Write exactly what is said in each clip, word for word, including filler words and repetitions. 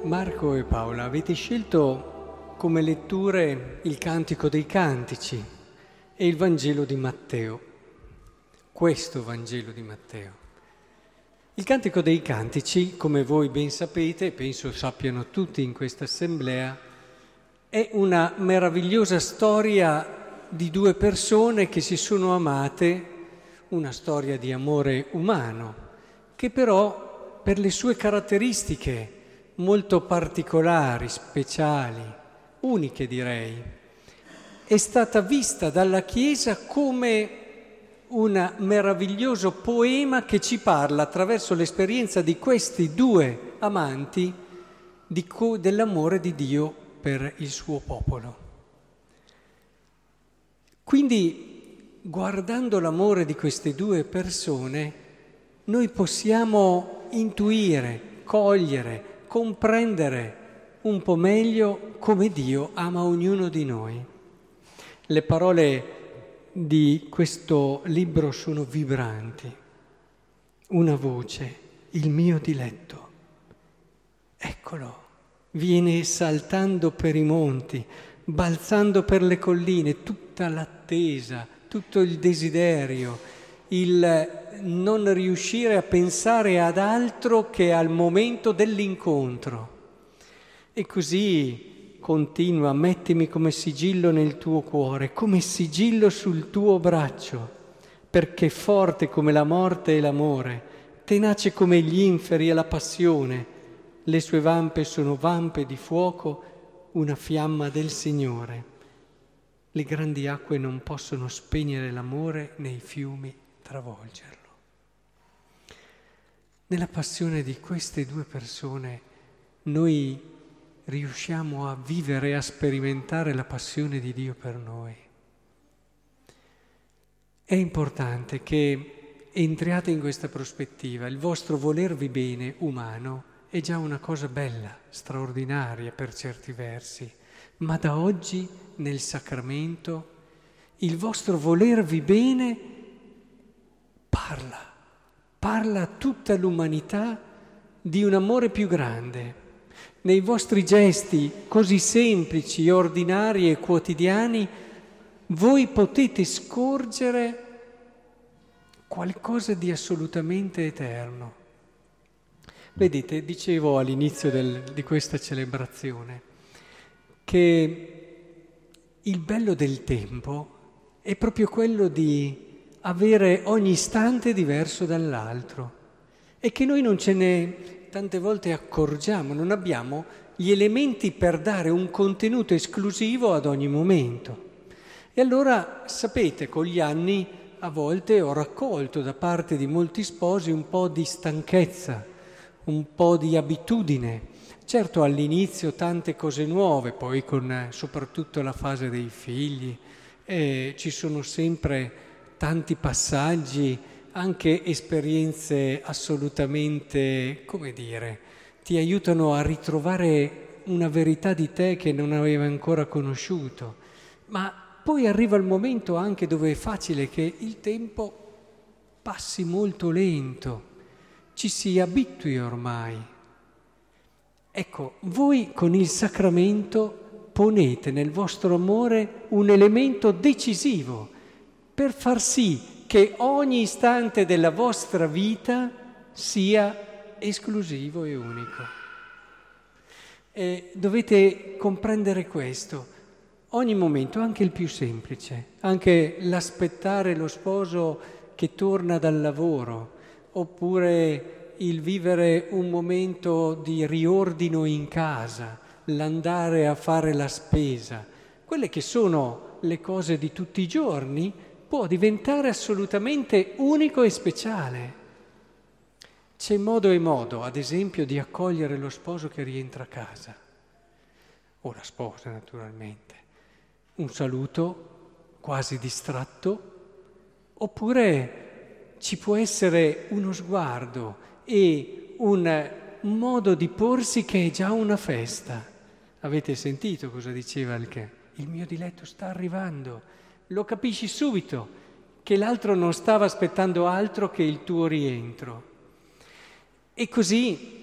Marco e Paola, avete scelto come letture il Cantico dei Cantici e il Vangelo di Matteo, questo Vangelo di Matteo. Il Cantico dei Cantici, come voi ben sapete, e penso sappiano tutti in questa assemblea, è una meravigliosa storia di due persone che si sono amate, una storia di amore umano, che però per le sue caratteristiche molto particolari, speciali, uniche direi, è stata vista dalla Chiesa come un meraviglioso poema che ci parla attraverso l'esperienza di questi due amanti di co- dell'amore di Dio per il suo popolo. Quindi, guardando l'amore di queste due persone, noi possiamo intuire, cogliere, comprendere un po' meglio come Dio ama ognuno di noi. Le parole di questo libro sono vibranti. Una voce, il mio diletto. Eccolo, viene saltando per i monti, balzando per le colline, tutta l'attesa, tutto il desiderio, il non riuscire a pensare ad altro che al momento dell'incontro. E così continua, mettimi come sigillo nel tuo cuore, come sigillo sul tuo braccio, perché forte come la morte e l'amore, tenace come gli inferi e la passione, le sue vampe sono vampe di fuoco, una fiamma del Signore. Le grandi acque non possono spegnere l'amore, nei fiumi travolgerlo. Nella passione di queste due persone noi riusciamo a vivere e a sperimentare la passione di Dio per noi. È importante che entriate in questa prospettiva. Il vostro volervi bene umano è già una cosa bella, straordinaria per certi versi, ma da oggi nel sacramento il vostro volervi bene parla, parla a tutta l'umanità di un amore più grande. Nei vostri gesti così semplici, ordinari e quotidiani, voi potete scorgere qualcosa di assolutamente eterno. Vedete, dicevo all'inizio del, di questa celebrazione che il bello del tempo è proprio quello di avere ogni istante diverso dall'altro e che noi non ce ne tante volte accorgiamo, non abbiamo gli elementi per dare un contenuto esclusivo ad ogni momento. E allora, sapete, con gli anni a volte ho raccolto da parte di molti sposi un po' di stanchezza, un po' di abitudine. Certo, all'inizio tante cose nuove, poi con eh, soprattutto la fase dei figli, eh, ci sono sempre tanti passaggi, anche esperienze assolutamente, come dire, ti aiutano a ritrovare una verità di te che non avevi ancora conosciuto. Ma poi arriva il momento anche dove è facile che il tempo passi molto lento, ci si abitui ormai. Ecco, voi con il sacramento ponete nel vostro amore un elemento decisivo per far sì che ogni istante della vostra vita sia esclusivo e unico. E dovete comprendere questo. Ogni momento, anche il più semplice, anche l'aspettare lo sposo che torna dal lavoro, oppure il vivere un momento di riordino in casa, l'andare a fare la spesa, quelle che sono le cose di tutti i giorni, può diventare assolutamente unico e speciale. C'è modo e modo, ad esempio, di accogliere lo sposo che rientra a casa, o la sposa naturalmente. Un saluto quasi distratto, oppure ci può essere uno sguardo e un modo di porsi che è già una festa. Avete sentito cosa diceva il che? Il mio diletto sta arrivando. Lo capisci subito che l'altro non stava aspettando altro che il tuo rientro. E così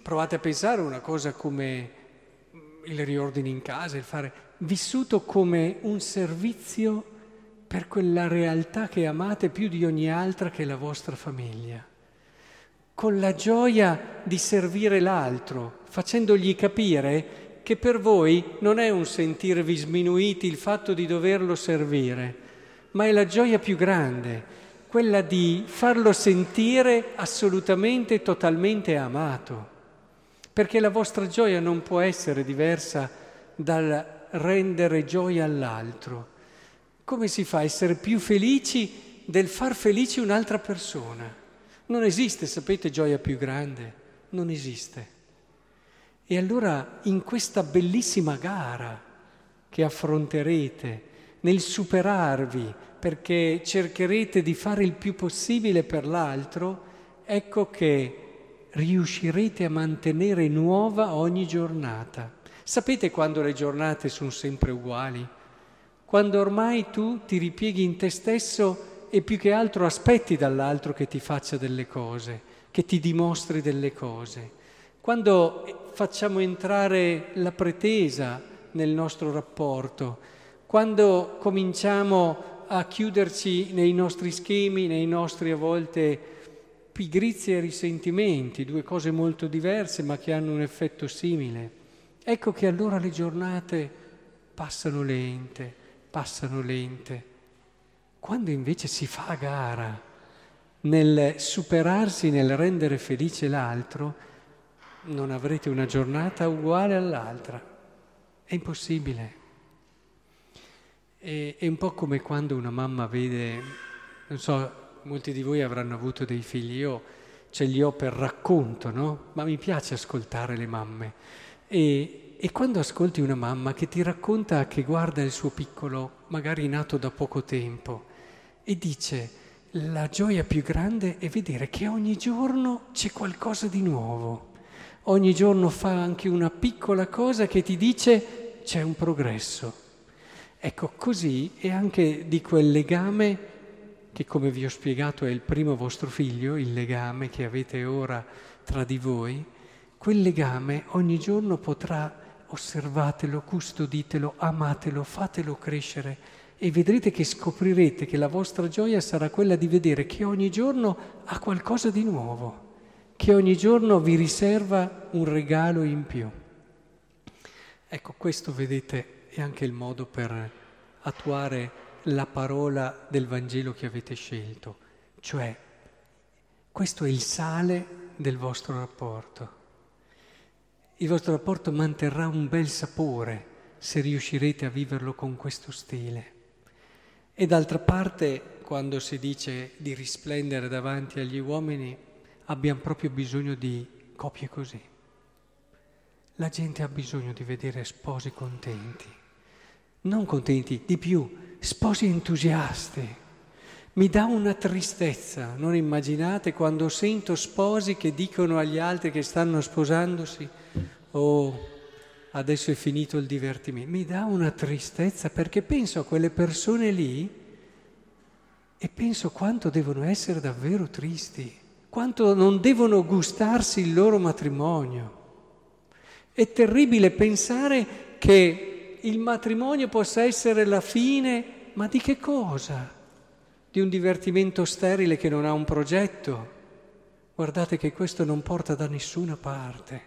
provate a pensare a una cosa come il riordine in casa, il fare, vissuto come un servizio per quella realtà che amate più di ogni altra, che è la vostra famiglia, con la gioia di servire l'altro, facendogli capire che per voi non è un sentirvi sminuiti il fatto di doverlo servire, ma è la gioia più grande, quella di farlo sentire assolutamente, totalmente amato. Perché la vostra gioia non può essere diversa dal rendere gioia all'altro. Come si fa a essere più felici del far felice un'altra persona? Non esiste, sapete, gioia più grande? Non esiste. E allora in questa bellissima gara che affronterete, nel superarvi, perché cercherete di fare il più possibile per l'altro, ecco che riuscirete a mantenere nuova ogni giornata. Sapete quando le giornate sono sempre uguali? Quando ormai tu ti ripieghi in te stesso e più che altro aspetti dall'altro che ti faccia delle cose, che ti dimostri delle cose. Quando facciamo entrare la pretesa nel nostro rapporto, quando cominciamo a chiuderci nei nostri schemi, nei nostri a volte pigrizie e risentimenti, due cose molto diverse ma che hanno un effetto simile. Ecco che allora le giornate passano lente, passano lente. Quando invece si fa a gara nel superarsi, nel rendere felice l'altro, non avrete una giornata uguale all'altra. È impossibile. È, è un po' come quando una mamma vede, non so, molti di voi avranno avuto dei figli, io ce li ho per racconto, no? Ma mi piace ascoltare le mamme. E, e quando ascolti una mamma che ti racconta che guarda il suo piccolo, magari nato da poco tempo, e dice: la gioia più grande è vedere che ogni giorno c'è qualcosa di nuovo. Ogni giorno fa anche una piccola cosa che ti dice c'è un progresso. Ecco, così è anche di quel legame che, come vi ho spiegato, è il primo vostro figlio, il legame che avete ora tra di voi. Quel legame ogni giorno potrà, osservatelo, custoditelo, amatelo, fatelo crescere e vedrete che scoprirete che la vostra gioia sarà quella di vedere che ogni giorno ha qualcosa di nuovo, che ogni giorno vi riserva un regalo in più. Ecco, questo, vedete, è anche il modo per attuare la parola del Vangelo che avete scelto, cioè questo è il sale del vostro rapporto. Il vostro rapporto manterrà un bel sapore se riuscirete a viverlo con questo stile. E d'altra parte, quando si dice di risplendere davanti agli uomini, abbiamo proprio bisogno di coppie così. La gente ha bisogno di vedere sposi contenti, non contenti, di più, sposi entusiasti. Mi dà una tristezza, non immaginate, quando sento sposi che dicono agli altri che stanno sposandosi: oh, adesso è finito il divertimento. Mi dà una tristezza perché penso a quelle persone lì e penso quanto devono essere davvero tristi, quanto non devono gustarsi il loro matrimonio. È terribile pensare che il matrimonio possa essere la fine, ma di che cosa? Di un divertimento sterile che non ha un progetto. Guardate che questo non porta da nessuna parte.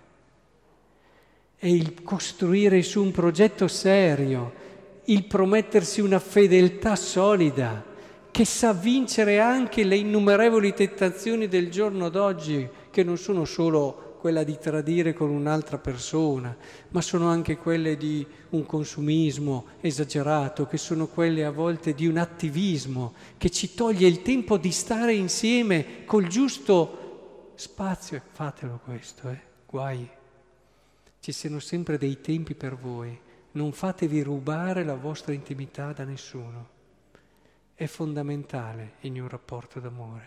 È il costruire su un progetto serio, il promettersi una fedeltà solida, che sa vincere anche le innumerevoli tentazioni del giorno d'oggi, che non sono solo quella di tradire con un'altra persona, ma sono anche quelle di un consumismo esagerato, che sono quelle a volte di un attivismo che ci toglie il tempo di stare insieme col giusto spazio. Fatelo questo, eh? Guai. Ci siano sempre dei tempi per voi, non fatevi rubare la vostra intimità da nessuno. È fondamentale in un rapporto d'amore.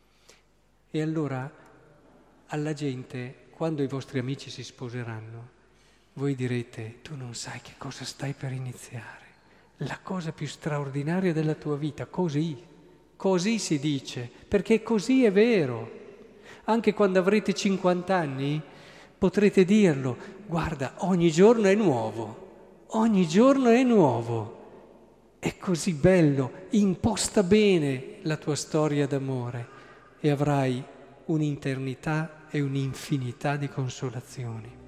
E allora alla gente, quando i vostri amici si sposeranno, voi direte: tu non sai che cosa stai per iniziare, la cosa più straordinaria della tua vita, così, così si dice, perché così è vero. Anche quando avrete cinquanta anni, Potrete dirlo, guarda, ogni giorno è nuovo, ogni giorno è nuovo. È così bello, imposta bene la tua storia d'amore e avrai un'eternità e un'infinità di consolazioni.